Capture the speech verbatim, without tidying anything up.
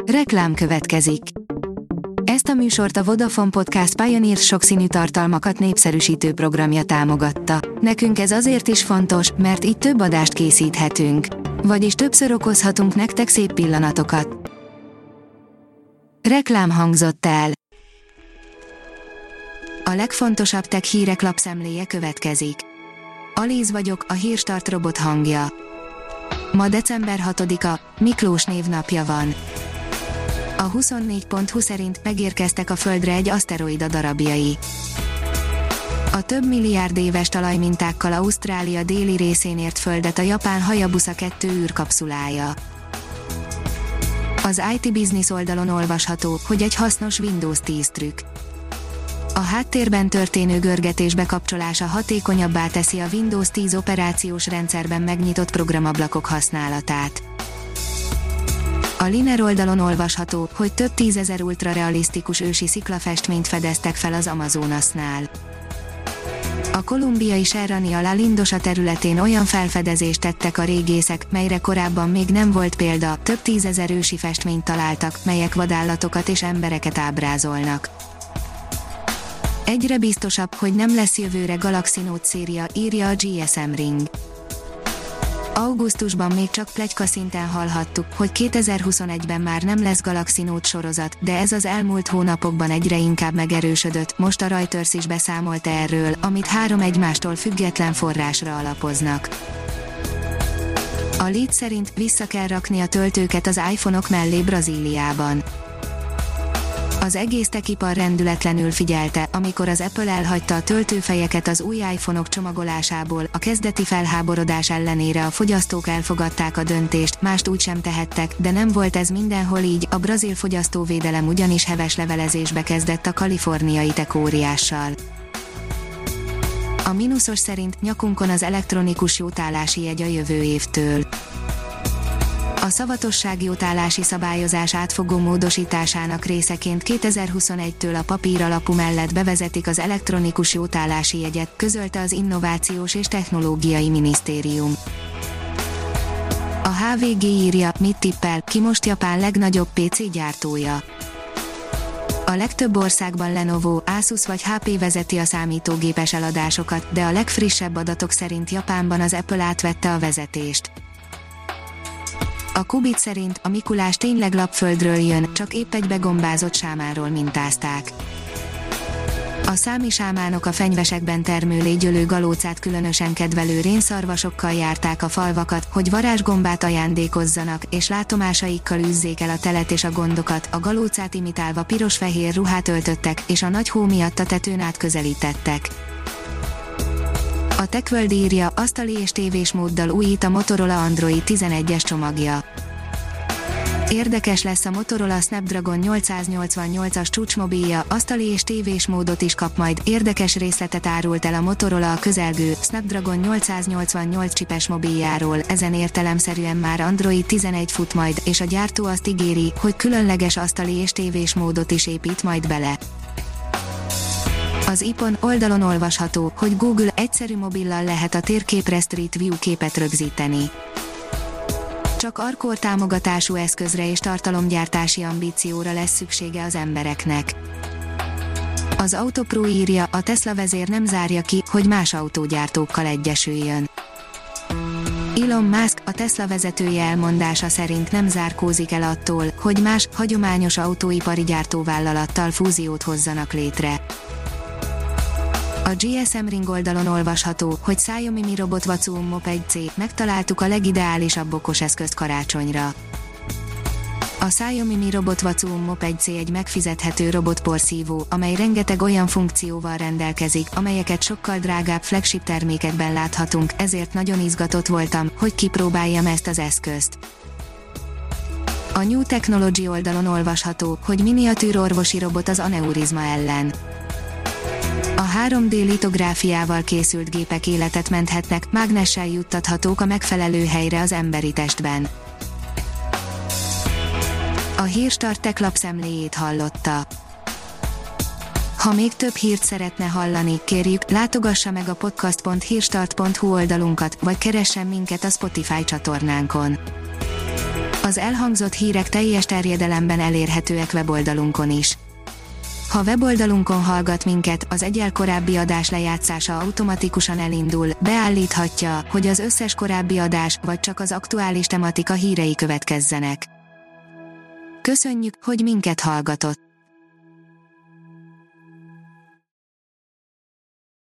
Reklám következik. Ezt a műsort a Vodafone Podcast Pioneer sokszínű tartalmakat népszerűsítő programja támogatta. Nekünk ez azért is fontos, mert így több adást készíthetünk. Vagyis többször okozhatunk nektek szép pillanatokat. Reklám hangzott el. A legfontosabb tech hírek lapszemléje következik. Alíz vagyok, a Hírstart robot hangja. Ma december hatodika, Miklós névnapja van. A huszonnégy pont hu szerint megérkeztek a Földre egy aszteroida darabjai. A több milliárd éves talajmintákkal Ausztrália déli részén ért Földet a japán Hayabusa kettő űrkapszulája. Az i té Business oldalon olvasható, hogy egy hasznos Windows tíz trükk. A háttérben történő görgetés bekapcsolása hatékonyabbá teszi a Windows tíz operációs rendszerben megnyitott programablakok használatát. A Liner oldalon olvasható, hogy több tízezer ultrarealisztikus ősi sziklafestményt fedeztek fel az Amazonasnál. A kolumbiai Serrania La Lindosa területén olyan felfedezést tettek a régészek, melyre korábban még nem volt példa, több tízezer ősi festményt találtak, melyek vadállatokat és embereket ábrázolnak. Egyre biztosabb, hogy nem lesz jövőre Galaxy Note széria, írja a gé es em Ring. Augusztusban még csak pletyka szinten hallhattuk, hogy kétezer-huszonegyben már nem lesz Galaxy Note sorozat, de ez az elmúlt hónapokban egyre inkább megerősödött, most a Reuters is beszámolt erről, amit három egymástól független forrásra alapoznak. A Lead szerint vissza kell rakni a töltőket az iPhone-ok mellé Brazíliában. Az egész techipar rendületlenül figyelte, amikor az Apple elhagyta a töltőfejeket az új iPhone-ok csomagolásából, a kezdeti felháborodás ellenére a fogyasztók elfogadták a döntést, mást úgy sem tehettek, de nem volt ez mindenhol így, a brazil fogyasztóvédelem ugyanis heves levelezésbe kezdett a kaliforniai tech óriással. A mínuszos szerint nyakunkon az elektronikus jótállási jegy a jövő évtől. A szavatosság jótállási szabályozás átfogó módosításának részeként kétezer-huszonegytől a papír alapú mellett bevezetik az elektronikus jótállási jegyet, közölte az Innovációs és Technológiai Minisztérium. A há vé gé írja, mit tippel, ki most Japán legnagyobb pé cé gyártója. A legtöbb országban Lenovo, Asus vagy há pé vezeti a számítógépes eladásokat, de a legfrissebb adatok szerint Japánban az Apple átvette a vezetést. A Kubit szerint a Mikulás tényleg lapföldről jön, csak épp egy begombázott sámáról mintázták. A számi sámánok a fenyvesekben termő légyölő galócát különösen kedvelő rénszarvasokkal járták a falvakat, hogy varázsgombát ajándékozzanak, és látomásaikkal űzzék el a telet és a gondokat, a galócát imitálva piros-fehér ruhát öltöttek, és a nagy hó miatt a tetőn átközelítettek. A TechWorld írja, asztali és tévés móddal újít a Motorola Android tizenegyes csomagja. Érdekes lesz a Motorola Snapdragon nyolcszáznyolcvannyolcas csúcsmobilja, asztali és tévés módot is kap majd, érdekes részletet árult el a Motorola a közelgő Snapdragon nyolcszáznyolcvannyolc csipes mobiljáról, ezen értelemszerűen már Android tizenegy fut majd, és a gyártó azt ígéri, hogy különleges asztali és tévés módot is épít majd bele. Az i pont oldalon olvasható, hogy Google egyszerű mobillal lehet a térképre Street View képet rögzíteni. Csak Arcore támogatású eszközre és tartalomgyártási ambícióra lesz szüksége az embereknek. Az Autopro írja, a Tesla vezér nem zárja ki, hogy más autógyártókkal egyesüljön. Elon Musk, a Tesla vezetője elmondása szerint nem zárkózik el attól, hogy más, hagyományos autóipari gyártóvállalattal fúziót hozzanak létre. A gé es em Ring oldalon olvasható, hogy Xiaomi Mi Robot Vacuum Mop egy cé, megtaláltuk a legideálisabb okoseszközt karácsonyra. A Xiaomi Mi Robot Vacuum Mop egy cé egy megfizethető robotporszívó, amely rengeteg olyan funkcióval rendelkezik, amelyeket sokkal drágább flagship termékekben láthatunk, ezért nagyon izgatott voltam, hogy kipróbáljam ezt az eszközt. A New Technology oldalon olvasható, hogy miniatűr orvosi robot az aneurizma ellen. A három dé litográfiával készült gépek életet menthetnek, mágnessel juttathatók a megfelelő helyre az emberi testben. A Hírstart Tech lapszemléjét hallotta. Ha még több hírt szeretne hallani, kérjük, látogassa meg a podcast pont hírstart pont hu oldalunkat, vagy keressen minket a Spotify csatornánkon. Az elhangzott hírek teljes terjedelemben elérhetőek weboldalunkon is. Ha weboldalunkon hallgat minket, az egyel korábbi adás lejátszása automatikusan elindul, beállíthatja, hogy az összes korábbi adás, vagy csak az aktuális tematika hírei következzenek. Köszönjük, hogy minket hallgatott!